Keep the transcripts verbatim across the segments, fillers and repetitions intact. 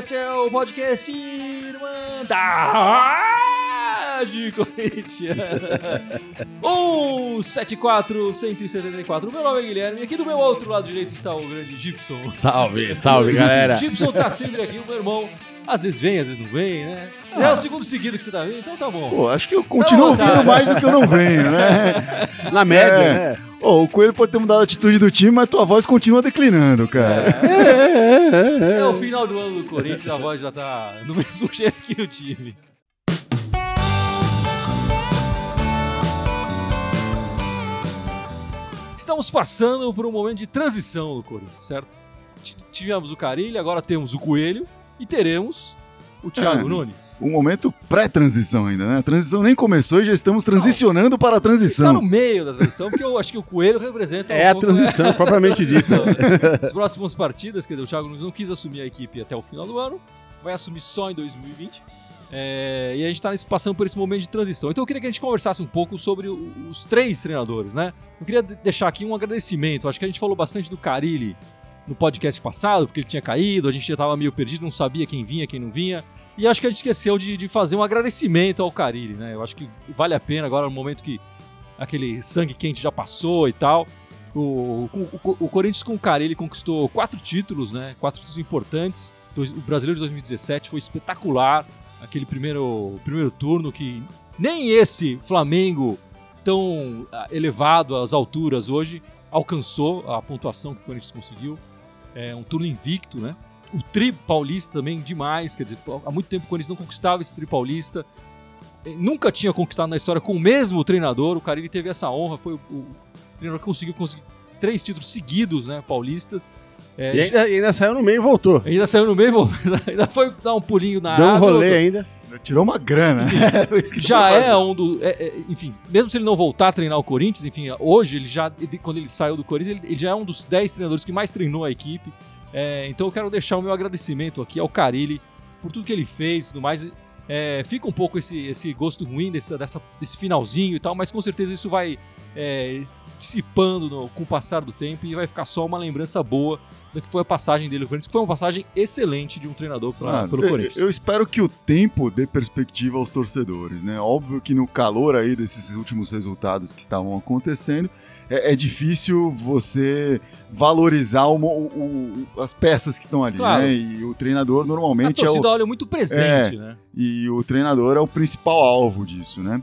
Este é o podcast Irmandade Corintiana. cento e setenta e quatro, cento e setenta e quatro. Meu nome é Guilherme e aqui do meu outro lado direito está o grande Gibson. Salve, salve, galera. O Gibson tá sempre aqui, o meu irmão. Às vezes vem, às vezes não vem, né? Ah. É o segundo seguido que você tá vindo, então tá bom. Pô, acho que eu continuo ouvindo mais do que eu não venho, né? Na média, é. né? Oh, o Coelho pode ter mudado a atitude do time, mas tua voz continua declinando, cara. É, é, é o final do ano do Corinthians, a voz já tá do mesmo jeito que o time. Estamos passando por um momento de transição no Corinthians, certo? Tivemos o Carille, agora temos o Coelho e teremos o Thiago é, Nunes. Um momento pré-transição ainda, né? A transição nem começou e já estamos transicionando não, para a transição. Está no meio da transição, porque eu acho que o Coelho representa... É um a transição, propriamente dita. As próximas partidas, quer dizer, o Thiago Nunes não quis assumir a equipe até o final do ano, vai assumir só em dois mil e vinte. É, e a gente está passando por esse momento de transição. Então eu queria que a gente conversasse um pouco sobre o, os três treinadores, né? Eu queria deixar aqui um agradecimento. Acho que a gente falou bastante do Carille no podcast passado, porque ele tinha caído, a gente já estava meio perdido, não sabia quem vinha, quem não vinha. E acho que a gente esqueceu de, de fazer um agradecimento ao Carille, né? Eu acho que vale a pena agora, no momento que aquele sangue quente já passou e tal. O, o, o, o Corinthians com o Carille conquistou quatro títulos, né? Quatro títulos importantes. O Brasileiro de dois mil e dezessete foi espetacular. Aquele primeiro, primeiro turno que nem esse Flamengo tão elevado às alturas hoje alcançou a pontuação que o Corinthians conseguiu. É um turno invicto, né? O Tri Paulista também demais, quer dizer, há muito tempo o Corinthians não conquistava esse Tri Paulista. Nunca tinha conquistado na história com o mesmo treinador. O Carille teve essa honra, foi o, o treinador que conseguiu, conseguiu três títulos seguidos, né, paulistas. É, e ainda, ainda saiu no meio e voltou. Ainda saiu no meio e voltou. Ainda foi dar um pulinho na Deu água. Deu um rolê ainda. Tirou uma grana. Enfim, já é um do... É, é, enfim, mesmo se ele não voltar a treinar o Corinthians, enfim, hoje, ele já, ele, quando ele saiu do Corinthians, ele, ele já é um dos dez treinadores que mais treinou a equipe. É, então eu quero deixar o meu agradecimento aqui ao Carille por tudo que ele fez e tudo mais. É, fica um pouco esse, esse gosto ruim desse, dessa, desse finalzinho e tal, mas com certeza isso vai é, se dissipando no, com o passar do tempo e vai ficar só uma lembrança boa do que foi a passagem dele no Corinthians, que foi uma passagem excelente de um treinador pra, ah, pelo eu, Corinthians. Eu espero que o tempo dê perspectiva aos torcedores, né? Óbvio que no calor aí desses últimos resultados que estavam acontecendo, é, é difícil você valorizar o, o, o, as peças que estão ali, claro, né? E o treinador normalmente a torcida é o... olha muito presente, é, né? E o treinador é o principal alvo disso, né?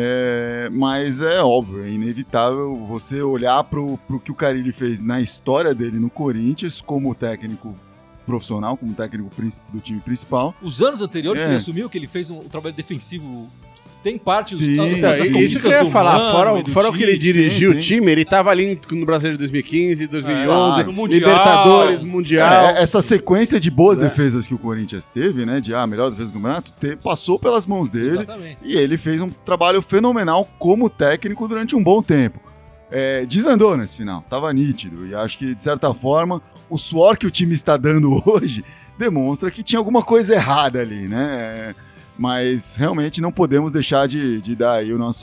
É, mas é óbvio, é inevitável você olhar para o que o Carille fez na história dele no Corinthians como técnico profissional, como técnico do time principal. Os anos anteriores é. que ele assumiu, que ele fez um, um trabalho defensivo, tem parte dos sim, das sim. Isso que eu ia falar, fora, fora o que ele dirigiu sim, o time, ele estava ali no Brasileiro de dois mil e quinze, dois mil e onze, é, no mundial, Libertadores, Mundial. É, essa sequência de boas é. defesas que o Corinthians teve, né, de ah, melhor defesa do campeonato, te, passou pelas mãos dele. Exatamente. E ele fez um trabalho fenomenal como técnico durante um bom tempo. É, desandou nesse final, tava nítido, e acho que de certa forma o suor que o time está dando hoje demonstra que tinha alguma coisa errada ali, né? Mas realmente não podemos deixar de, de dar aí o nosso,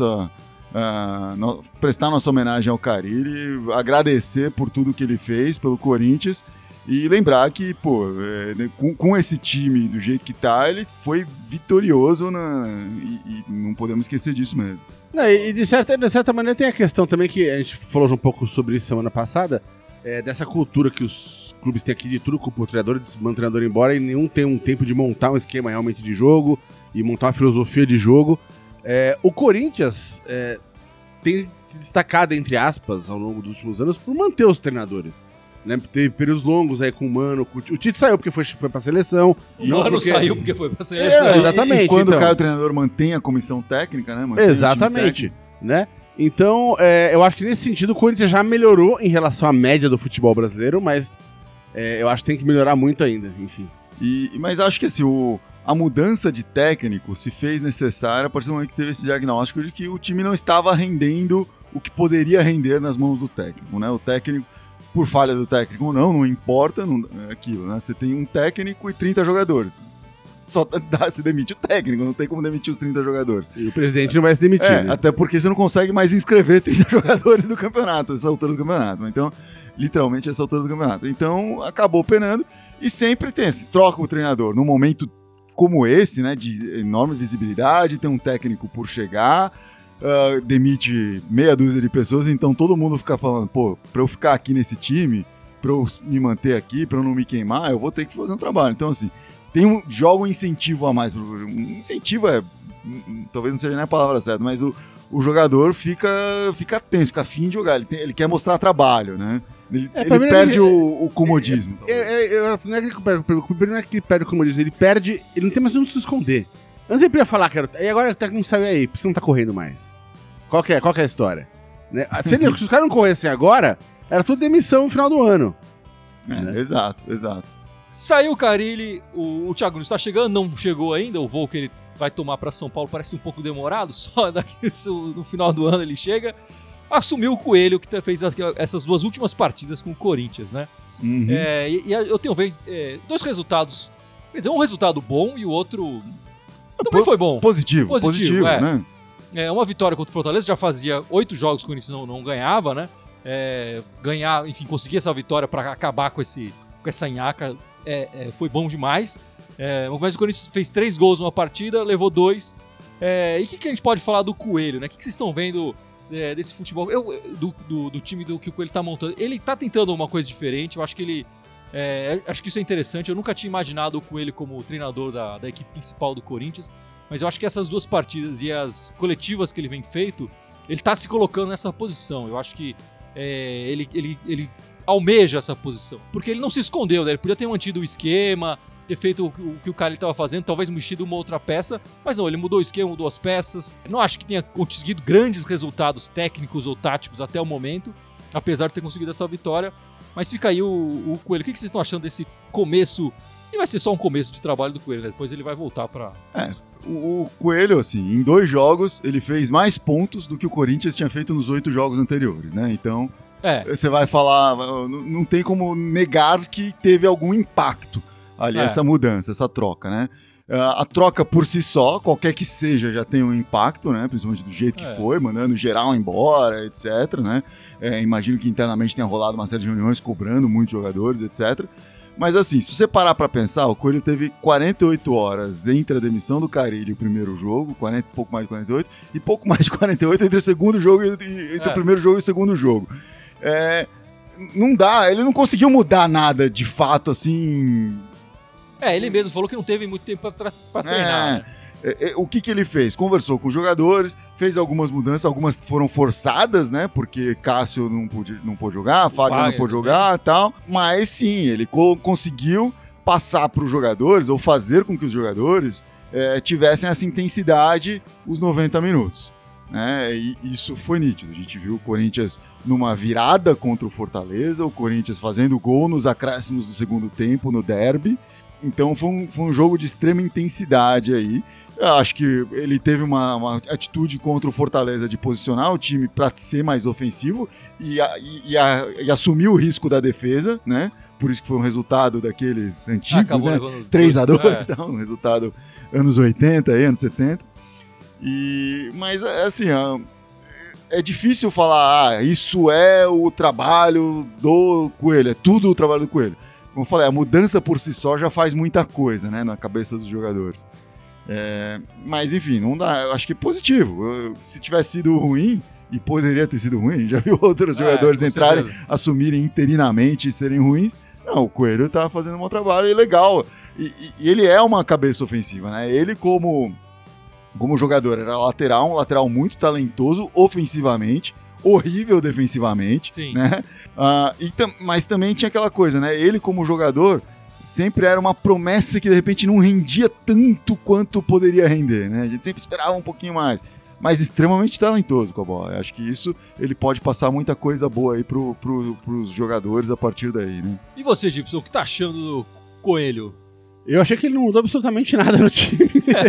uh, no, prestar nossa homenagem ao Carille, agradecer por tudo que ele fez pelo Corinthians e lembrar que, pô, é, com, com esse time do jeito que tá, ele foi vitorioso na, e, e não podemos esquecer disso mesmo. Não, e de certa, de certa maneira tem a questão também que a gente falou já um pouco sobre isso semana passada, é, dessa cultura que os clubes têm aqui de tudo com o treinador, de se mandar o treinador embora e nenhum tem um tempo de montar um esquema realmente de jogo e montar uma filosofia de jogo. É, o Corinthians é, tem se destacado, entre aspas, ao longo dos últimos anos por manter os treinadores. Né? Teve períodos longos aí com o Mano, com o Tite saiu porque foi, foi pra seleção. O Mano porque... saiu porque foi pra seleção. É, exatamente. E, e quando então... cai o treinador mantém a comissão técnica, né? Mantém exatamente, né? Então, é, eu acho que nesse sentido o Corinthians já melhorou em relação à média do futebol brasileiro, mas é, eu acho que tem que melhorar muito ainda, enfim. E, mas acho que assim, o, a mudança de técnico se fez necessária a partir do momento que teve esse diagnóstico de que o time não estava rendendo o que poderia render nas mãos do técnico, né? O técnico, por falha do técnico ou não, não importa, não, é aquilo, né? Você tem um técnico e trinta jogadores. Só dá, se demite o técnico, não tem como demitir os trinta jogadores. E o presidente não vai se demitir, é, né? Até porque você não consegue mais inscrever trinta jogadores do campeonato, essa altura do campeonato. Então, literalmente, essa altura do campeonato. Então, acabou penando. E sempre tem, se troca o treinador num momento como esse, né, de enorme visibilidade, tem um técnico por chegar, uh, demite meia dúzia de pessoas, então todo mundo fica falando, pô, pra eu ficar aqui nesse time, pra eu me manter aqui, pra eu não me queimar, eu vou ter que fazer um trabalho. Então, assim, tem um, joga um incentivo a mais. Pro, um incentivo é, talvez não seja nem a palavra certa, mas o, o jogador fica, fica tenso, fica afim de jogar, ele, tem, ele quer mostrar trabalho, né? Ele, É, ele perde ele, o, o comodismo. É, é, é, não é que ele perde, não é que ele perde o comodismo, ele perde, ele não tem mais onde se esconder. Antes ele podia falar, cara, e agora o técnico saiu aí, porque você não tá correndo mais. Qual que é, qual que é a história? Né? Se, ele, se os caras não corressem agora, era tudo demissão no final do ano. É, né? Exato, exato. Saiu o Carille, o, o Thiago Nunes está chegando, não chegou ainda, o voo que ele vai tomar para São Paulo parece um pouco demorado, só daqui no final do ano ele chega. Assumiu o Coelho, que fez as, essas duas últimas partidas com o Corinthians, né? Uhum. É, e, e eu tenho é, dois resultados, quer dizer, um resultado bom e o outro também Po- foi bom. Positivo, positivo, Positivo, é. né? É, uma vitória contra o Fortaleza, já fazia oito jogos que o Corinthians não, não ganhava, né? É, ganhar, enfim, conseguir essa vitória para acabar com, esse, com essa nhaca é, é, foi bom demais. É, mas o Corinthians fez três gols numa partida, levou dois. É, e o que, que a gente pode falar do Coelho, né? O que, que vocês estão vendo é, desse futebol, eu, do, do, do time do que o Coelho tá montando? Ele tá tentando uma coisa diferente, eu acho que ele... É, acho que isso é interessante, eu nunca tinha imaginado o Coelho como treinador da, da equipe principal do Corinthians, mas eu acho que essas duas partidas e as coletivas que ele vem feito, ele tá se colocando nessa posição. Eu acho que é, ele, ele, ele almeja essa posição, porque ele não se escondeu, né? Ele podia ter mantido o esquema, ter feito o, o que o cara estava fazendo, talvez mexido uma outra peça, mas não, ele mudou o esquema, mudou as peças. Não acho que tenha conseguido grandes resultados técnicos ou táticos até o momento, apesar de ter conseguido essa vitória. Mas fica aí o, o Coelho. O que vocês estão achando desse começo? E vai ser só um começo de trabalho do Coelho, né? Depois ele vai voltar para... É, o, o Coelho, assim, em dois jogos, ele fez mais pontos do que o Corinthians tinha feito nos oito jogos anteriores, né? Então, É, você vai falar, não, não tem como negar que teve algum impacto ali, É. essa mudança, essa troca, né? Uh, a troca por si só, qualquer que seja, já tem um impacto, né? Principalmente do jeito que É. foi, mandando geral embora, etcétera, né? É, imagino que internamente tenha rolado uma série de reuniões cobrando muitos jogadores, etcétera. Mas assim, se você parar pra pensar, o Coelho teve quarenta e oito horas entre a demissão do Carille e o primeiro jogo, quarenta, pouco mais de quarenta e oito, e pouco mais de quarenta e oito entre o segundo jogo e, e entre É. o primeiro jogo e o segundo jogo. É, não dá, ele não conseguiu mudar nada de fato, assim... é, ele mesmo falou que não teve muito tempo para treinar. Né? É, é, o que, que ele fez? Conversou com os jogadores, fez algumas mudanças, algumas foram forçadas, né? Porque Cássio não pôde, não pôde jogar, Fagner não Fagner pôde também. jogar e tal. Mas sim, ele co- conseguiu passar para os jogadores, ou fazer com que os jogadores é, tivessem essa intensidade os noventa minutos. Né? E isso foi nítido. A gente viu o Corinthians numa virada contra o Fortaleza, o Corinthians fazendo gol nos acréscimos do segundo tempo, no derby. Então foi um, foi um jogo de extrema intensidade aí. Eu acho que ele teve uma, uma atitude contra o Fortaleza de posicionar o time para ser mais ofensivo e, a, e, a, e assumir o risco da defesa, né? Por isso que foi um resultado daqueles antigos, Acabou né? levando três a dois, É. então, um resultado anos oitenta, aí, anos setenta. E, mas, assim, ó, é difícil falar, ah, isso é o trabalho do Coelho, é tudo o trabalho do Coelho. Como eu falei, a mudança por si só já faz muita coisa, né, na cabeça dos jogadores. É, mas, enfim, não dá, eu acho que é positivo. Eu- se tivesse sido ruim, e poderia ter sido ruim, a gente já viu outros É, jogadores com entrarem, certeza. assumirem interinamente e serem ruins. Não, o Coelho tá fazendo um bom trabalho e legal. E, e- e ele é uma cabeça ofensiva, né? Ele, como, como jogador, era lateral, um lateral muito talentoso ofensivamente, horrível defensivamente, Sim. né? Ah, e tam- mas também tinha aquela coisa, né? Ele, como jogador, sempre era uma promessa que de repente não rendia tanto quanto poderia render, né? A gente sempre esperava um pouquinho mais. Mas extremamente talentoso com a bola. Eu acho que isso ele pode passar muita coisa boa aí pro, pro, pros jogadores a partir daí, né? E você, Gibson, o que tá achando do Coelho? Eu achei que ele não mudou absolutamente nada no time.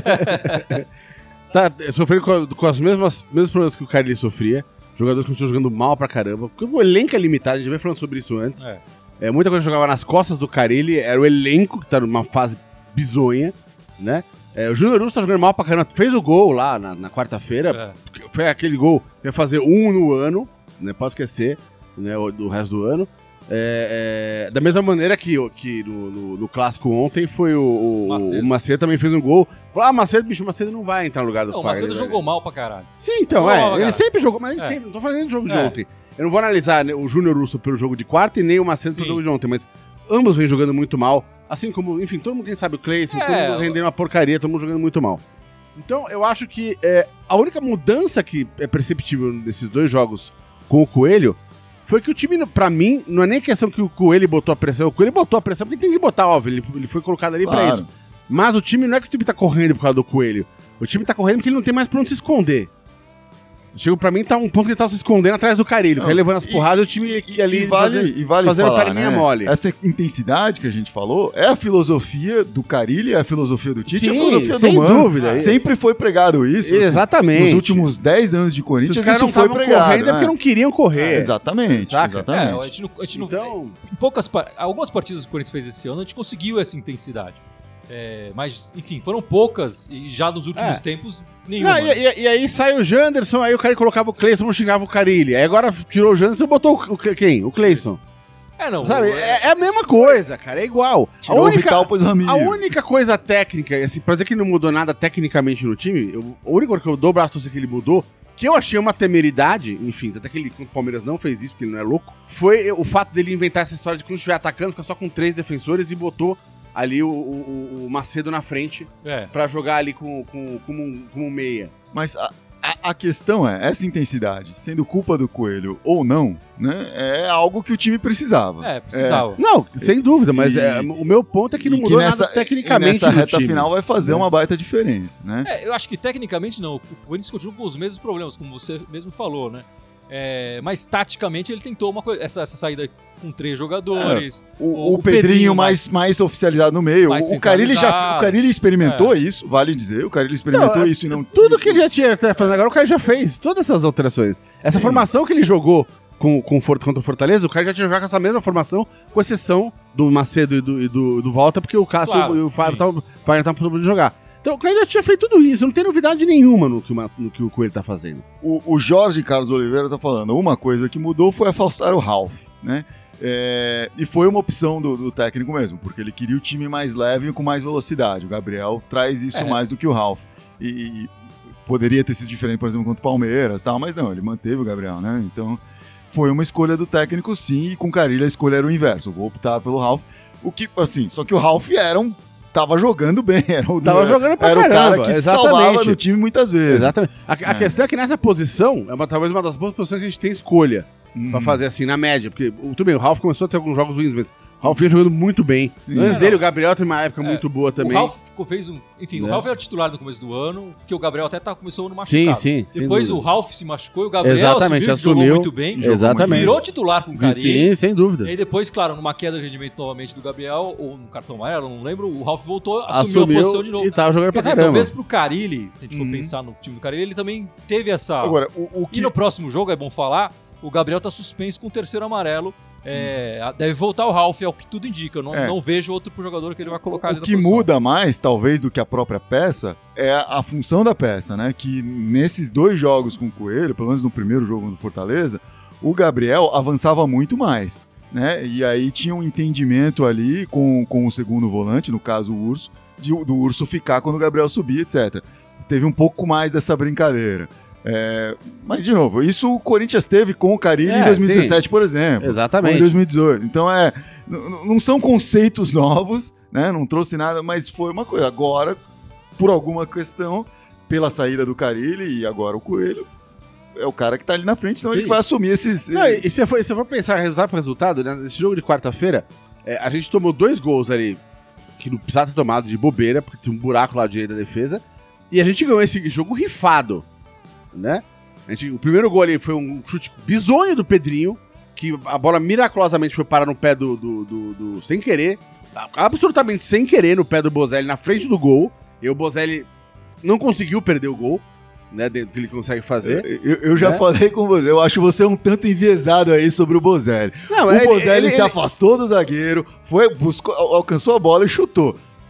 Tá sofrendo com, com as mesmas mesmos problemas que o Carille sofria. Jogadores que estão jogando mal pra caramba. Porque o elenco é limitado, a gente vem falando sobre isso antes. É. É, muita coisa jogava nas costas do Carille, era o elenco que tá numa fase bizonha, né? É, o Júnior Urso tá jogando mal pra caramba, fez o gol lá na, na quarta-feira, É. foi aquele gol que ia fazer um no ano, né? Pode esquecer, né? o- Do resto do ano. É, é, da mesma maneira que, que no, no, no clássico ontem foi o, o, Macedo. o Macedo também fez um gol. Falou, ah, Macedo, bicho, o Macedo não vai entrar no lugar do Não, o Fagner. Macedo jogou mal pra caralho. Sim, então, Jogou é. mal, Ele cara. sempre jogou, mas ele É. sempre. Não tô falando nem do jogo de É. ontem. Eu não vou analisar né, o Júnior Russo pelo jogo de quarta e nem o Macedo Sim. pelo jogo de ontem, mas ambos vêm jogando muito mal. Assim como, enfim, todo mundo quem sabe o Cleison, É, todo mundo rendendo uma porcaria, todo mundo jogando muito mal. Então, eu acho que é, a única mudança que é perceptível nesses dois jogos com o Coelho foi que o time, pra mim, não é nem questão que o Coelho botou a pressão. O Coelho botou a pressão porque tem que botar, óbvio. Ele, ele foi colocado ali Claro. pra isso. Mas o time não é que o time tá correndo por causa do Coelho. O time tá correndo porque ele não tem mais pra onde se esconder. Chega pra mim, tá um ponto que ele tá se escondendo atrás do Carilho. Não, Ele levando as e- porradas, o time E, ali e vale, fazer- e vale fazendo falar, carinha né? mole. Essa intensidade que a gente falou é a filosofia do Carilli, é a filosofia do Tite, é a Sim, filosofia sem do Mano. dúvida. Sempre foi pregado isso. assim, Exatamente. nos últimos dez anos de Se Corinthians, os caras isso não foi estavam pregado. correndo é né? porque não queriam correr. É, exatamente, Saca? exatamente. É, a gente não, a gente não- Então, em poucas, par- algumas partidas que o Corinthians fez esse ano, a gente conseguiu essa intensidade. É, mas, enfim, foram poucas e já nos últimos É. tempos, nenhuma. não, e, e- e aí sai o Janderson, aí o cara colocava o Cleison, não xingava o Carilli. Aí agora tirou o Janderson e botou o, o- quem? O Cleison. É, não. Sabe? o- É, é a mesma coisa, cara, é igual. A Tirou o única, Vital, pôs o Ramiro. a única coisa técnica, assim, pra dizer que não mudou nada tecnicamente no time, eu, a única coisa que eu dou o braço a torcer que ele mudou, que eu achei uma temeridade, enfim, até que ele, o Palmeiras não fez isso, porque ele não é louco, foi o fato dele inventar essa história de que quando estiver atacando, fica só com três defensores e botou ali o, o- o Macedo na frente É. pra jogar ali com, com, como, um, como um meia. Mas a, a- a questão é, essa intensidade, sendo culpa do Coelho ou não, né, é algo que o time precisava. É, precisava. Não, sem dúvida, mas E- é, o meu ponto é que não E mudou nessa, nada tecnicamente e nessa no reta time. final vai fazer É. uma baita diferença, né? É, eu acho que tecnicamente não. O Corinthians continua com os mesmos problemas, como você mesmo falou, né? É, mas taticamente ele tentou uma coisa, essa, essa saída com três jogadores. O, o o Pedrinho, Pedrinho mais, mais oficializado no meio. mais O, o Carilli já centralizado. o Carilli experimentou isso, vale dizer. O Carilli experimentou Não, isso e não. Tudo que ele já tinha fazendo agora, o cara já fez. Todas essas alterações. Essa Sim. formação que ele jogou com, com, For- contra o Fortaleza, o cara já tinha jogado com essa mesma formação, com exceção do Macedo e do, e do, do Volta, porque o Cássio Claro, e o Fábio sim. estavam podendo jogar. Então o cara já tinha feito tudo isso, não tem novidade nenhuma no que o, Mas- no que o Coelho tá fazendo. O, o Jorge Carlos Oliveira tá falando, uma coisa que mudou foi afastar o Ralf, né? É, e foi uma opção do, do técnico mesmo, porque ele queria o time mais leve e com mais velocidade. O Gabriel traz isso É. mais do que o Ralf. E, e poderia ter sido diferente, por exemplo, contra o Palmeiras, tal, mas não, ele manteve o Gabriel, né? Então foi uma escolha do técnico, sim, e com o Carilli a escolha era o inverso. Eu vou optar pelo Ralf. O que, assim, só que o Ralf era um. Tava jogando bem, era o, Tava jogando pra era o caramba, cara que exatamente. salvava no time muitas vezes. Exatamente. A, a É. questão é que nessa posição, é uma, talvez uma das boas posições que a gente tem escolha Hum. pra fazer assim, na média. Porque, o- tudo bem, o Ralf começou a ter alguns jogos ruins, mas o Ralf vinha jogando muito bem. Sim. Antes É, dele, não. o Gabriel teve uma época É, muito boa também. O Ralf ficou, fez um. Enfim, o É. Ralf era titular no começo do ano, que o Gabriel até tá, começou no Sim, machucado. sim. sem Depois o dúvida. Ralf se machucou e o Gabriel Exatamente, assumiu, jogou assumiu. muito bem. Exatamente. Virou titular com o Carilli. Sim, sem dúvida. E aí depois, claro, numa queda de rendimento novamente do Gabriel, ou no cartão amarelo, não lembro, o Ralf voltou, assumiu, a posição de novo. e tava jogando Quer pra dizer, então caramba. mesmo pro Carilli, se a gente for Uhum. pensar no time do Carilli, ele também teve essa... Agora, o, o E que no próximo jogo, é bom falar, o Gabriel tá suspenso com o terceiro amarelo. É, deve voltar o Ralf, é o que tudo indica. Eu não, É. não vejo outro jogador que ele vai colocar ali O na que posição. muda mais, talvez, do que a própria peça, é a, a função da peça, né? Que nesses dois jogos com o Coelho, pelo menos no primeiro jogo do Fortaleza, o Gabriel avançava muito mais, né? E aí tinha um entendimento ali com, com o segundo volante, no caso o Urso, de, do Urso ficar quando o Gabriel subia, etcétera. Teve um pouco mais dessa brincadeira. É, mas, de novo, isso o Corinthians teve com o Carilli É, em dois mil e dezessete, por exemplo. Ou em Exatamente. dois mil e dezoito. Então é. n- n- Não são conceitos novos, né? Não trouxe nada, mas foi uma coisa. Agora, por alguma questão, pela saída do Carilli e agora o Coelho, é o cara que tá ali na frente, então Sim. ele vai assumir esses. Não, e, e se eu for, se eu for pensar resultado por resultado, né, nesse jogo de quarta-feira, é, a gente tomou dois gols ali que não precisava ter tomado de bobeira, porque tinha um buraco lá direito da defesa, e a gente ganhou esse jogo rifado, né? A gente, o primeiro gol ali foi um chute bizonho do Pedrinho, que a bola miraculosamente foi parar no pé do, do, do- do- sem querer, absolutamente sem querer no pé do Bozelli na frente do gol, e o Bozelli não conseguiu perder o gol, né, dentro do que ele consegue fazer. Eu, eu já É. falei com você, eu acho você um tanto enviesado aí sobre o Bozelli. Não, o ele- Bozelli ele- se ele- afastou do zagueiro, foi, buscou, al- alcançou a bola e chutou.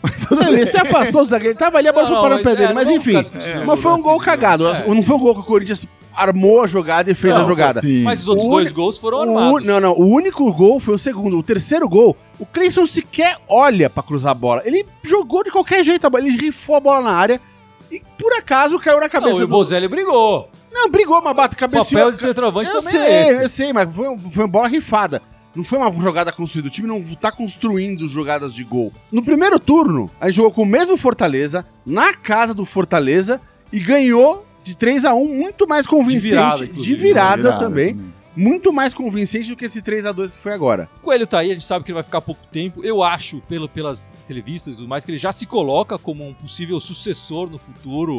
Ele se afastou do zagueiro, ele tava ali, a bola Não, foi parar no não, pé mas, dele, é, mas não enfim, vamos ficar discutindo mas foi um lance gol de- cagado, É. não foi um gol que o Corinthians armou a jogada e fez Não, a jogada. sim. Mas os outros O dois uni- gols foram O armados. un- Não, não. O único gol foi o segundo. O terceiro gol, o Cleison sequer olha pra cruzar a bola. Ele jogou de qualquer jeito a bola. Ele rifou a bola na área e, por acaso, caiu na cabeça Não, e o do... Bozelli brigou. Não, brigou, mas bate O cabeceou. papel de centroavante Eu também sei, é esse. eu sei, mas foi, um- foi uma bola rifada. Não foi uma jogada construída. O time não tá construindo jogadas de gol. No primeiro turno, a gente jogou com o mesmo Fortaleza, na casa do Fortaleza, e ganhou de três a um, muito mais convincente. De virada, De inclusive. virada, Virada também. Muito mais convincente do que esse três a dois que foi agora. O Coelho tá aí, a gente sabe que ele vai ficar pouco tempo. Eu acho, pelo, pelas entrevistas e tudo mais, que ele já se coloca como um possível sucessor no futuro.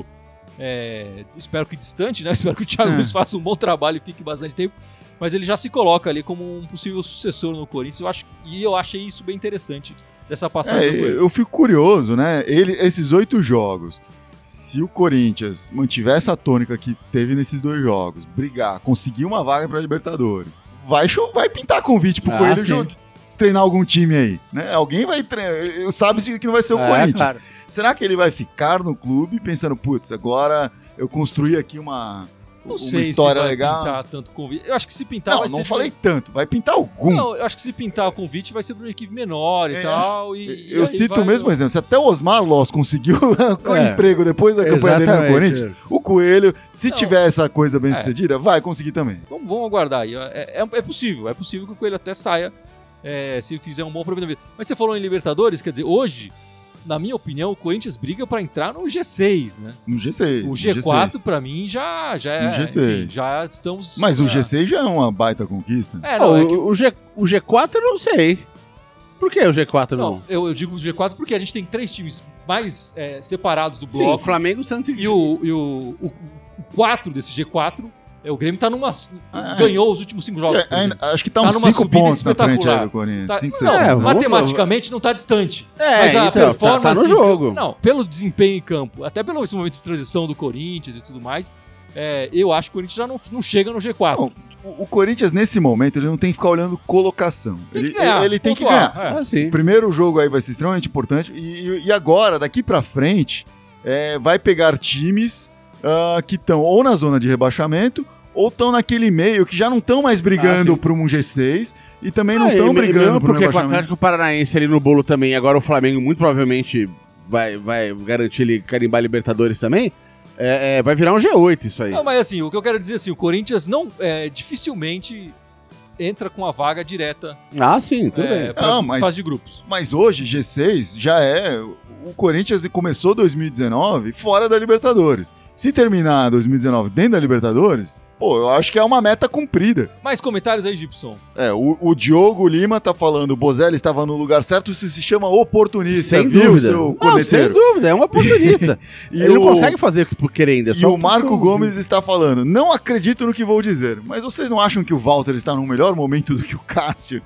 É, espero que distante, né? Espero que o Thiago É. Nunes faça um bom trabalho e fique bastante tempo. Mas ele já se coloca ali como um possível sucessor no Corinthians. Eu acho, e eu achei isso bem interessante dessa passagem É, do Coelho. eu fico curioso, né? Ele, esses oito jogos, se o Corinthians mantiver essa tônica que teve nesses dois jogos, brigar, conseguir uma vaga pra Libertadores, vai, cho- vai pintar convite pro Ah, Coelho sim. jo- treinar algum time aí, né? Alguém vai treinar, sabe que não vai ser o É, Corinthians. claro. Será que ele vai ficar no clube pensando, putz, agora eu construí aqui uma, Não uma sei história se vai legal? pintar tanto convite. Eu acho que se pintar Não, vai não ser... falei tanto, vai pintar algum. Não, eu acho que se pintar o convite vai ser para uma equipe menor e É. tal. E, Eu e aí cito vai- o mesmo exemplo. Se até o Osmar Loss conseguiu o É. emprego depois da campanha dele no Exatamente. Corinthians, o Coelho, se Não. tiver essa coisa bem É. sucedida, vai conseguir também. Vamos, vamos aguardar aí. É, é, é possível, é possível que o Coelho até saia é, se fizer um bom aproveitamento. Mas você falou em Libertadores, quer dizer, hoje, na minha opinião, o Corinthians briga para entrar no G seis, né? No G seis. O no G quatro, G seis. pra mim, já, já é. No G seis. enfim, já estamos. Mas o é. G seis já é uma baita conquista. É, Ah, não, é o, que- o, G, o G quatro eu não sei. Por que o G quatro não? não, eu, eu digo o G quatro porque a gente tem três times mais é, separados do Sim, bloco. Flamengo, Santos E o, e o, o, o quatro desse G quatro, é, o Grêmio tá numa. Ah, ganhou os últimos cinco jogos. É, por ainda- exemplo. acho que tá, Tá uns numa cinco subida pontos na frente espetacular. aí do Corinthians. Tá- cinco, não, seis É, pontos. vamos- matematicamente não tá distante. É, Mas a então, tá- performance. tá no em jogo. campo- Não, pelo desempenho em campo, até pelo esse momento de transição do Corinthians e tudo mais, é, eu acho que o Corinthians já não, não chega no G quatro. Não, O, o Corinthians, nesse momento, ele não tem que ficar olhando colocação. Tem Ele, que ganhar, ele, ele tem que pontuar, ganhar. é. Ah, sim. O primeiro jogo aí vai ser extremamente importante. E, e agora, daqui pra frente, é, vai pegar times ah, que estão ou na zona de rebaixamento ou estão naquele meio que já não estão mais brigando Ah, sim. por um G seis e também não Ah, estão e me- brigando mesmo por um porque com o rebaixamento. Atlético Paranaense ali no bolo também, agora o Flamengo muito provavelmente vai, vai garantir ele carimbar Libertadores também, é, é, vai virar um G oito isso aí. Não, mas assim, o que eu quero dizer assim, o Corinthians não é, dificilmente entra com a vaga direta Ah, sim, tudo é, bem. pra Não, mas- fase de grupos. Mas hoje, G seis já é... O Corinthians começou dois mil e dezenove fora da Libertadores. Se terminar dois mil e dezenove dentro da Libertadores, pô, eu acho que é uma meta cumprida. Mais comentários aí, Gibson. É, o, o Diogo Lima tá falando, o Bozelli estava no lugar certo, isso se chama oportunista, Sem viu, dúvida. seu Não, sem corneteiro? dúvida, é um oportunista. E ele o- não consegue fazer por querendo. É E só o Marco porque- Gomes está falando, não acredito no que vou dizer, mas vocês não acham que o Walter está num melhor momento do que o Cássio?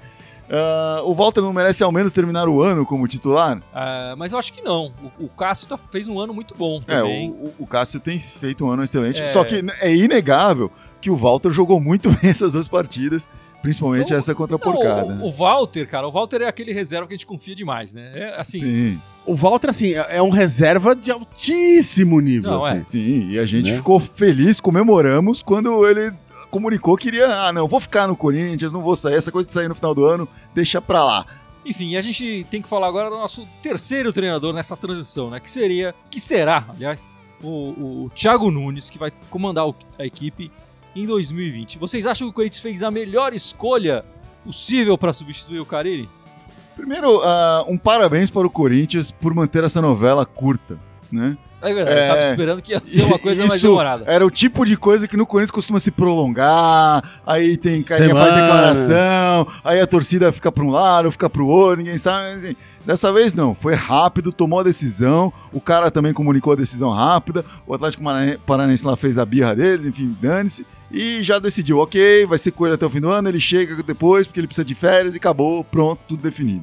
Ah, o Walter não merece ao menos terminar o ano como titular? Ah, mas eu acho que não. O, o Cássio tá- fez um ano muito bom É, também. o, o- o Cássio tem feito um ano excelente, É. só que é inegável que o Walter jogou muito bem essas duas partidas, principalmente Então, essa contra a Não, porcada. o, o Walter, cara, o Walter é aquele reserva que a gente confia demais, né? É assim, Sim, O Walter, assim, é é um reserva de altíssimo nível. Não, assim. é. sim, e a gente Né? ficou feliz, comemoramos quando ele comunicou que iria, ah não, vou ficar no Corinthians, não vou sair, essa coisa de sair no final do ano, deixa pra lá. enfim, a gente tem que falar agora do nosso terceiro treinador nessa transição, né? Que seria, que será, aliás, o, o Thiago Nunes, que vai comandar o- a equipe em dois mil e vinte. Vocês acham que o Corinthians fez a melhor escolha possível para substituir o Carille? Primeiro, ah, um parabéns para o Corinthians por manter essa novela curta, né? É verdade, É. eu tava esperando que ia ser uma coisa mais Isso demorada. era o tipo de coisa que no Corinthians costuma se prolongar, aí tem carinha faz Semanas. declaração, aí a torcida fica para um lado, fica para o outro, ninguém sabe, assim. Dessa vez não, foi rápido, tomou a decisão, o cara também comunicou a decisão rápida, o Atlético Parana- Paranaense lá fez a birra deles, enfim, dane-se, e já decidiu, ok, vai ser com ele até o fim do ano, ele chega depois porque ele precisa de férias e acabou, pronto, tudo definido.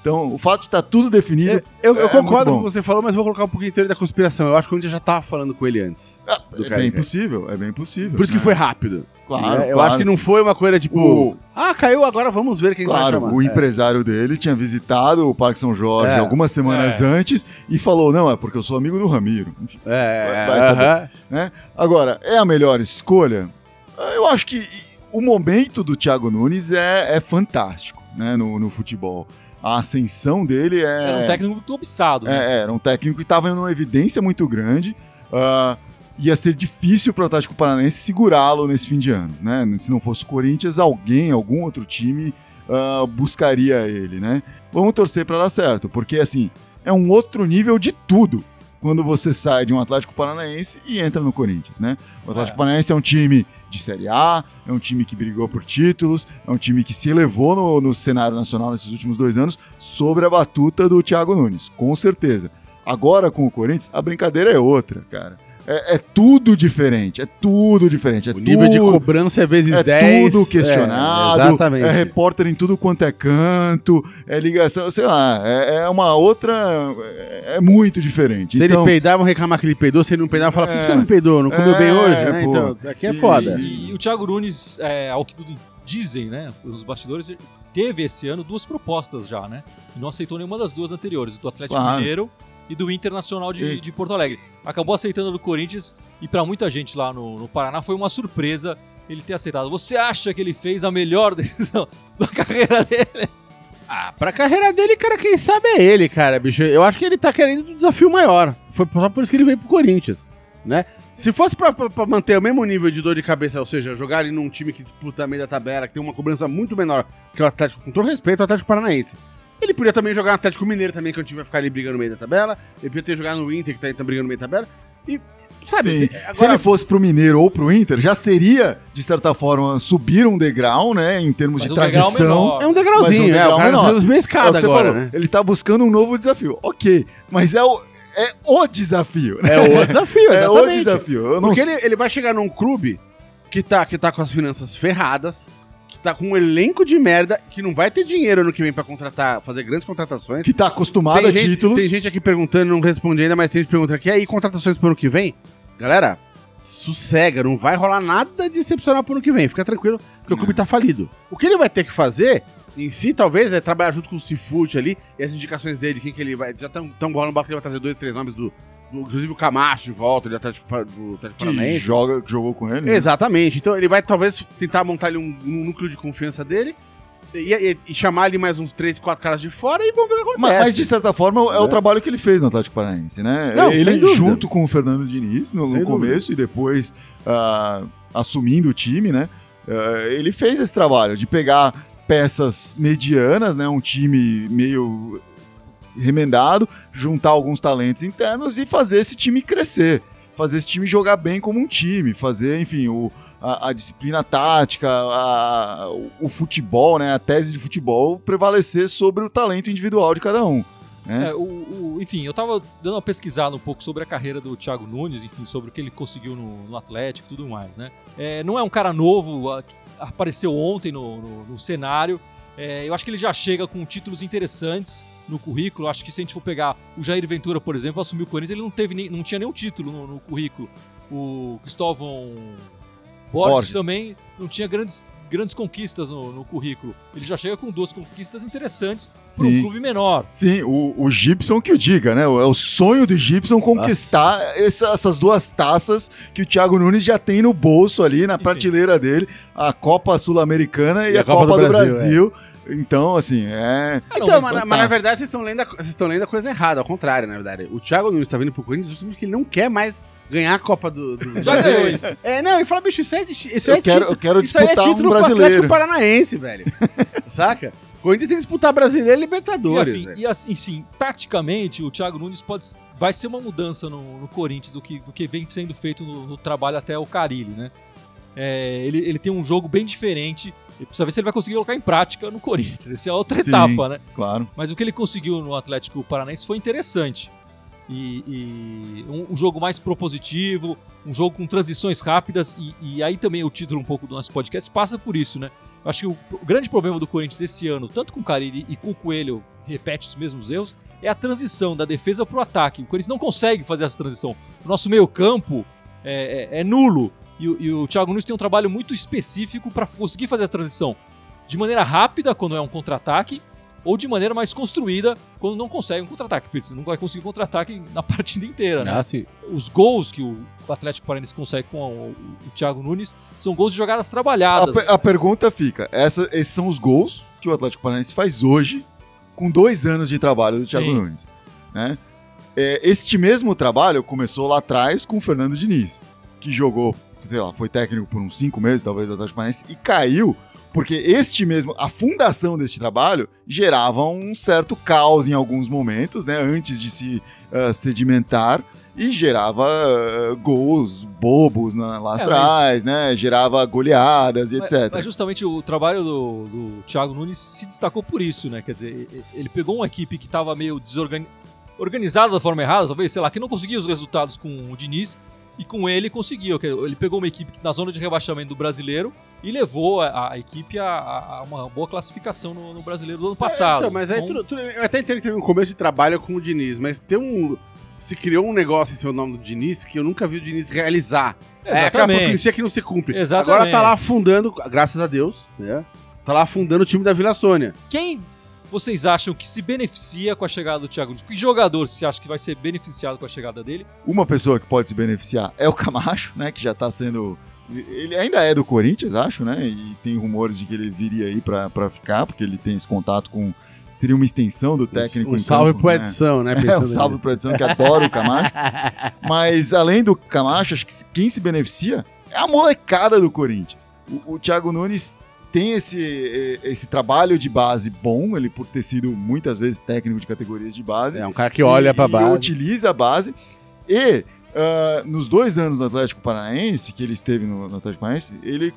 Então, o fato de estar tudo definido. É, eu, eu é concordo com muito o que você falou, mas vou colocar um pouquinho de teoria da conspiração. Eu acho que o Corinthians já tava falando com ele antes. Ah, do é cara, bem cara. possível, é bem possível. Por isso que né? foi rápido. Claro, É, eu claro. acho que não foi uma coisa tipo, O- ah, caiu, agora vamos ver quem vai Claro, chamar. o É. empresário dele tinha visitado o Parque São Jorge É. algumas semanas É. antes e falou: não, é porque eu sou amigo do Ramiro. Enfim, É, Vai saber. aham. né? Agora, é a melhor escolha? Eu acho que o momento do Thiago Nunes é, é fantástico, né, no, no futebol. A ascensão dele é... Era um técnico muito obsado. né? É, era um técnico que estava em uma evidência muito grande. ah, ia ser difícil para o Atlético Paranaense segurá-lo nesse fim de ano, né? Se não fosse o Corinthians, alguém, algum outro time ah, buscaria ele, né? Vamos torcer para dar certo, porque assim, é um outro nível de tudo quando você sai de um Atlético Paranaense e entra no Corinthians, né? O Atlético É. Paranaense é um time de Série A, é um time que brigou por títulos, é um time que se elevou no, no cenário nacional nesses últimos dois anos sobre a batuta do Thiago Nunes, com certeza. Agora, com o Corinthians, a brincadeira é outra, cara. É, é tudo diferente, é tudo diferente. É O nível de tudo- cobrança é vezes é dez. tudo questionado, É, exatamente. é repórter em tudo quanto é canto, é ligação, sei lá, é, é uma outra, é, é muito diferente. Se então, ele peidar, vão reclamar que ele peidou. Se ele não peidar, vão falar, por que É. você não peidou? Não comeu É, bem hoje? Né? pô. Então, aqui é E- foda. E, e o Thiago Nunes, é, ao que tudo dizem, né, os bastidores, teve esse ano duas propostas já, né? E não aceitou nenhuma das duas anteriores, do Atlético Claro. Mineiro e do Internacional de, E- de Porto Alegre. Acabou aceitando do Corinthians e pra muita gente lá no, no Paraná foi uma surpresa ele ter aceitado. Você acha que ele fez a melhor decisão da carreira dele? Ah, pra carreira dele, cara, quem sabe é ele, cara, bicho. Eu acho que ele tá querendo um desafio maior. Foi só por isso que ele veio pro Corinthians, né? Se fosse pra, pra- pra manter o mesmo nível de dor de cabeça, ou seja, jogar ali num time que disputa a meio da tabela, que tem uma cobrança muito menor que o Atlético, com todo respeito ao Atlético Paranaense. Ele podia também jogar no Atlético Mineiro também, que é um time que vai ficar ali brigando no meio da tabela. Ele podia ter jogado no Inter, que tá, tá brigando no meio da tabela. E, sabe, sim, agora, se ele fosse pro Mineiro ou pro Inter, já seria, de certa forma, subir um degrau, né, em termos Mas de um degrau tradição. menor. é um Mas degrauzinho, um é, degrau o cara menor. subiu a É o escada que você agora, falou, né? ele tá buscando um novo desafio. Ok, mas é o, é o desafio, né? É o desafio, É o exatamente. desafio. Eu não Porque sei. ele, ele vai chegar num clube que tá, que tá com as finanças ferradas, que tá com um elenco de merda, que não vai ter dinheiro ano que vem pra contratar, fazer grandes contratações. Que tá acostumado Tem a gente, títulos. tem gente aqui perguntando, não respondi ainda, mas tem gente perguntando aqui, e aí, contratações pro ano que vem? Galera, sossega, não vai rolar nada de excepcional pro ano que vem, fica tranquilo, porque o clube tá falido. O que ele vai ter que fazer, em si, talvez, é trabalhar junto com o Cifute ali, e as indicações dele, de quem que ele vai, já estão tão rolando, que ele vai trazer dois, três nomes do, do inclusive o Camacho de volta, do Atlético, Par- do Atlético Que Paranaense. joga, que jogou com ele. né? Exatamente. Então ele vai talvez tentar montar ali um, um núcleo de confiança dele e, e- e chamar ali mais uns três, quatro caras de fora e vamos ver o que acontece. Mas, mas, de certa forma, é o Né? trabalho que ele fez no Atlético Paranaense, né? Não, sem ele, dúvida. junto com o Fernando Diniz, no, Sem no começo, e depois ah, assumindo o time, né? Ah, ele fez esse trabalho de pegar peças medianas, né? Um time meio remendado, juntar alguns talentos internos e fazer esse time crescer. Fazer esse time jogar bem como um time, fazer, enfim, o, a, a disciplina tática, a- o, o futebol, né, a tese de futebol prevalecer sobre o talento individual de cada um. Né? É, o, o- enfim, eu tava dando uma pesquisada um pouco sobre a carreira do Thiago Nunes, enfim, sobre o que ele conseguiu no, no Atlético e tudo mais, né? É, não é um cara novo, a- apareceu ontem no, no- no cenário. É, eu acho que ele já chega com títulos interessantes no currículo. Acho que se a gente for pegar o Jair Ventura, por exemplo, assumiu o Corinthians, ele não, teve nem, não tinha nenhum título no, no currículo. O Cristóvão Borges, Borges. também não tinha grandes, grandes conquistas no, no currículo. Ele já chega com duas conquistas interessantes para um Sim. clube menor. Sim, o, o Gibson que o diga, né? É o sonho do Gibson conquistar essa- essas duas taças que o Thiago Nunes já tem no bolso ali, na Enfim. prateleira dele, a Copa Sul-Americana e, E a, a Copa Copa, do do Brasil. Brasil, Então, assim, é... Ah, não, Então, mas- mas, mas na verdade vocês estão lendo, a- vocês estão lendo a coisa errada, ao contrário, na verdade. O Thiago Nunes tá vindo pro Corinthians justamente porque ele não quer mais ganhar a Copa do, do Já ganhou isso. É, não, ele fala, bicho, isso é, isso Eu é quero- título, eu quero isso aí é disputar um título pro brasileiro. Atlético Paranaense, velho. Saca? O Corinthians tem que disputar brasileiro e E, Libertadores, afim, velho. e assim, sim, taticamente, o Thiago Nunes pode, vai ser uma mudança no, no Corinthians do que, do que vem sendo feito no, no trabalho até o Carille, né? É, ele, ele tem um jogo bem diferente. E precisa ver se ele vai conseguir colocar em prática no Corinthians. Essa é outra Sim. etapa, né? Claro. Mas o que ele conseguiu no Atlético Paranaense foi interessante. E, e um, um jogo mais propositivo, um jogo com transições rápidas. E, e aí também o título um pouco do nosso podcast passa por isso, né? Acho que o, o grande problema do Corinthians esse ano, tanto com o Carille e com o Coelho, repete os mesmos erros, é a transição da defesa pro ataque. O Corinthians não consegue fazer essa transição. O nosso meio campo é, é, é nulo. E, e o Thiago Nunes tem um trabalho muito específico para conseguir fazer essa transição de maneira rápida, quando é um contra-ataque, ou de maneira mais construída, quando não consegue um contra-ataque. Porque você não vai conseguir um contra-ataque na partida inteira, né? Ah, sim. Os gols que o Atlético Paranaense consegue com o, o Thiago Nunes são gols de jogadas trabalhadas. A, pe- a pergunta fica, essa, esses são os gols que o Atlético Paranaense faz hoje, com dois anos de trabalho do Thiago Sim. Nunes. Né? É, este mesmo trabalho começou lá atrás com o Fernando Diniz, que jogou, sei lá, foi técnico por uns cinco meses, talvez, do Atlético Paranaense, e caiu, porque este mesmo, a fundação deste trabalho gerava um certo caos em alguns momentos, né, antes de se uh, sedimentar, e gerava uh, gols bobos na, lá É, atrás, né, gerava goleadas e Mas, etcétera. mas justamente o trabalho do, do Thiago Nunes se destacou por isso, né? Quer dizer, ele pegou uma equipe que estava meio desorganizada, organizada da forma errada, talvez, sei lá, que não conseguia os resultados com o Diniz, e com ele conseguiu. Ele pegou uma equipe na zona de rebaixamento do Brasileiro e levou a, a equipe a, a uma boa classificação no, no Brasileiro do ano passado. É, então, mas aí Então, tudo, tudo- eu até entendo que teve um começo de trabalho com o Diniz, mas tem um... Se criou um negócio em seu nome do Diniz que eu nunca vi o Diniz realizar. É aquela Exatamente. profecia que não se cumpre. Exatamente. Agora tá lá afundando, graças a Deus, né? Tá lá afundando o time da Vila Sônia. Quem vocês acham que se beneficia com a chegada do Thiago Nunes? Que jogador você acha que vai ser beneficiado com a chegada dele? Uma pessoa que pode se beneficiar é o Camacho, né, que já tá sendo... Ele ainda é do Corinthians, acho, né, e tem rumores de que ele viria aí pra, pra ficar, porque ele tem esse contato com... Seria uma extensão do técnico Um em salve campo, pro né? Edição, né? É, pensando um salve pro Edição, que adora o Camacho. Mas, além do Camacho, acho que quem se beneficia é a molecada do Corinthians. O, o Thiago Nunes tem esse, esse trabalho de base bom, ele por ter sido muitas vezes técnico de categorias de base. É um cara que olha e, pra e base. utiliza a base. E, ah, nos dois anos no Atlético Paranaense, que ele esteve no, no Atlético Paranaense, ele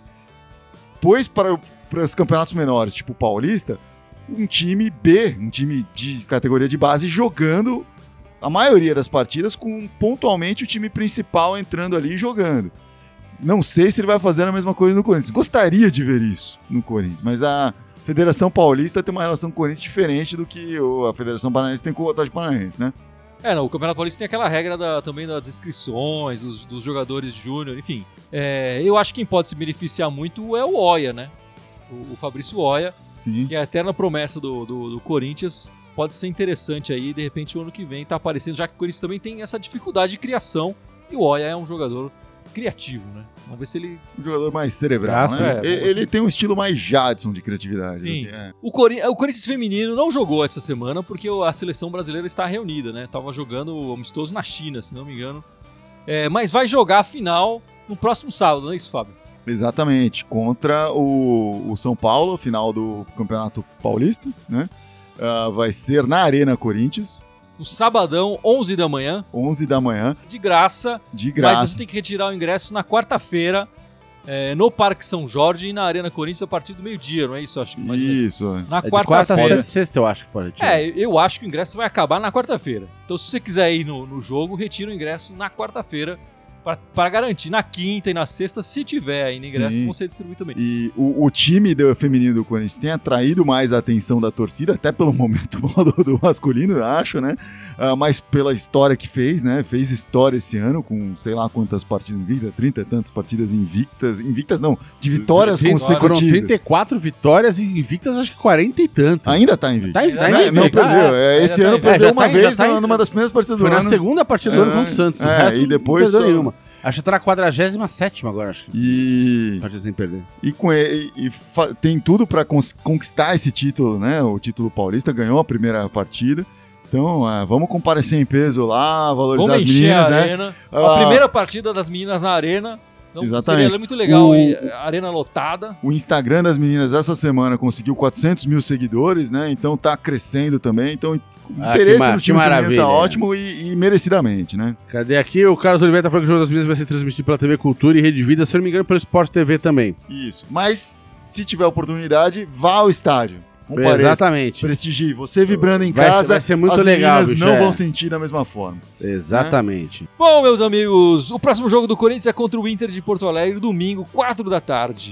pôs para, para os campeonatos menores, tipo o Paulista, um time B, um time de categoria de base, jogando a maioria das partidas com pontualmente o time principal entrando ali e jogando. Não sei se ele vai fazer a mesma coisa no Corinthians. Gostaria de ver isso no Corinthians, mas a Federação Paulista tem uma relação com o Corinthians diferente do que a Federação Paranaense tem com o Atlético Paranaense, né? É, não, o Campeonato Paulista tem aquela regra da- também das inscrições, dos, dos jogadores júnior, enfim. É, eu acho que quem pode se beneficiar muito é o Oia, né? O, o Fabrício Oia, Sim. que é a eterna promessa do, do, do Corinthians. Pode ser interessante aí, de repente o ano que vem tá aparecendo, já que o Corinthians também tem essa dificuldade de criação. E o Oia é um jogador criativo, né? Vamos ver se ele... Um jogador mais cerebral, Graças, né? é, ele, vamos ele tem um estilo mais Jadson de criatividade. Sim. do que é. O, Cori- o Corinthians feminino não jogou essa semana porque a seleção brasileira está reunida, né? Tava jogando amistoso na China, se não me engano. É, mas vai jogar a final no próximo sábado, não é isso, Fábio? Exatamente, contra o, o São Paulo, final do Campeonato Paulista, né? Ah, vai ser na Arena Corinthians, No sabadão, onze da manhã, onze da manhã, de graça. de Mas graça. você tem que retirar o ingresso na quarta-feira, é, no Parque São Jorge e na Arena Corinthians a partir do meio-dia, não é isso? Acho que mais ou menos. Isso, é. Na É de quarta a quarta-feira. sexta, eu acho que pode tirar. É, eu acho que o ingresso vai acabar na quarta-feira. Então, se você quiser ir no, no jogo, retira o ingresso na quarta-feira para garantir. Na quinta e na sexta, se tiver ainda ingresso, Sim. vão ser distribuídos também. E o, o time do, feminino do Corinthians tem atraído mais a atenção da torcida, até pelo momento bom do, do masculino, eu acho, né? Ah, mas pela história que fez, né? Fez história esse ano com sei lá quantas partidas invictas, trinta e tantas partidas invictas. Invictas não, de vitórias Trinta- Foram consecutivas. trinta e quatro vitórias e invictas, acho que quarenta e tantas. Ainda tá invicto. Tá, Ainda tá tá Né? Não invicto. perdeu. Ah, É, ainda esse tá ano invicto. perdeu É, já uma tá- vez já tá numa, em- numa das primeiras partidas do Foi na ano. segunda partida do É, ano contra o Santos. O é, resto e depois não perdeu só- nenhuma. Acho que tá na quadragésima sétima agora, acho. E, Partidas sem perder. e, com ele, e fa- tem tudo para conquistar esse título, né? O título paulista, ganhou a primeira partida. Então, ah, vamos comparecer em peso lá, valorizar Vamos as encher meninas, a né? arena. Ah, A primeira partida das meninas na arena. Então, Exatamente. seria muito legal, O- hein? A arena lotada. O Instagram das meninas essa semana conseguiu quatrocentos mil seguidores, né? Então tá crescendo também. Então o Ah, interesse que mar- no que time feminino maravilha. tá ótimo e, e merecidamente, né? Cadê aqui? O Carlos Oliveira tá falando que o Jogo das Minas vai ser transmitido pela T V Cultura e Rede Vida, se eu não me engano, pelo Sport T V também. Isso. Mas se tiver oportunidade, vá ao estádio. Compareça. Exatamente. Prestigie. Você vibrando em Vai ser- casa, vai ser muito as legal, meninas bicho, não é. vão sentir da mesma forma. Exatamente. Bom, meus amigos, o próximo jogo do Corinthians é contra o Inter de Porto Alegre, domingo, quatro da tarde.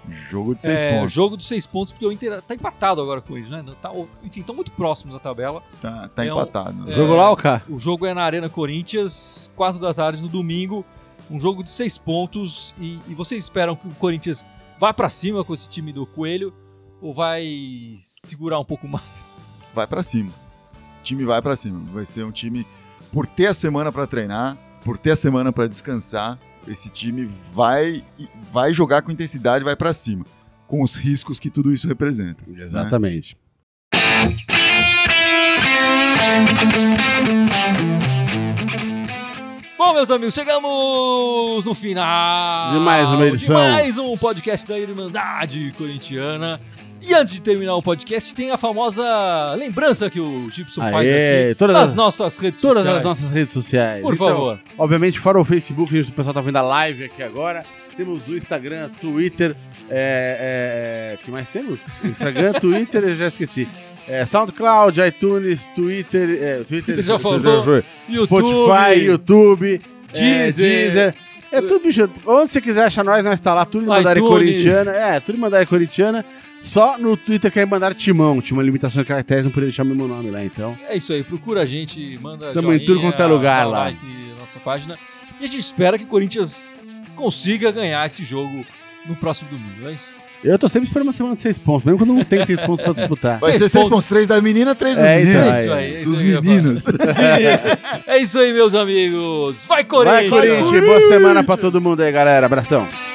Jogo de seis É, pontos. jogo dos seis pontos, porque o Inter tá empatado agora com eles, né? Tá, enfim, estão muito próximos da tabela. Tá, tá É um- empatado. é, Jogo lá, o cara? O jogo é na Arena Corinthians, quatro da tarde no domingo. Um jogo de seis pontos. E, e vocês esperam que o Corinthians vá pra cima com esse time do Coelho? Ou vai segurar um pouco mais? Vai pra cima. O time vai pra cima. Vai ser um time, por ter a semana pra treinar, por ter a semana pra descansar, esse time vai, vai jogar com intensidade, vai pra cima. Com os riscos que tudo isso representa. né? Exatamente. Bom, meus amigos, chegamos no final De mais uma edição. de mais um podcast da Irmandade Corintiana. E antes de terminar o podcast, tem a famosa lembrança que o Gibson faz Aê, aqui todas nas as- nossas redes Todas sociais. as nossas redes sociais. Por Então, favor. Obviamente, fora o Facebook, o pessoal tá vendo a live aqui agora. Temos o Instagram, Twitter. É, é, que mais temos? Instagram, Twitter, eu já esqueci. É, SoundCloud, iTunes, Twitter. É, Twitter, Twitter já Twitter, falou. YouTube, Spotify, YouTube, Deezer. é, Deezer. É tudo, bicho. Onde você quiser achar nós, nós tá lá. Tudo em Irmandade iTunes. Corintiana. É, tudo em Irmandade Corintiana. Só no Twitter que é Irmandade Timão. Tinha uma limitação de caracteres, não podia deixar o mesmo nome lá, então. É isso aí, procura a gente, manda Tamo em joinha, tudo quanto é lugar dá lá. like na nossa página. E a gente espera que o Corinthians consiga ganhar esse jogo no próximo domingo, é isso? Eu tô sempre esperando uma semana de seis pontos, mesmo quando não tem seis pontos pra disputar. Vai Seis ser seis pontos. pontos, três da menina, três dos É, então, meninos. É isso aí, é isso Dos aí, rapaz. meninos. É isso aí, meus amigos. Vai, Vai, Corinthians! Corinthians! Boa semana pra todo mundo aí, galera. Abração.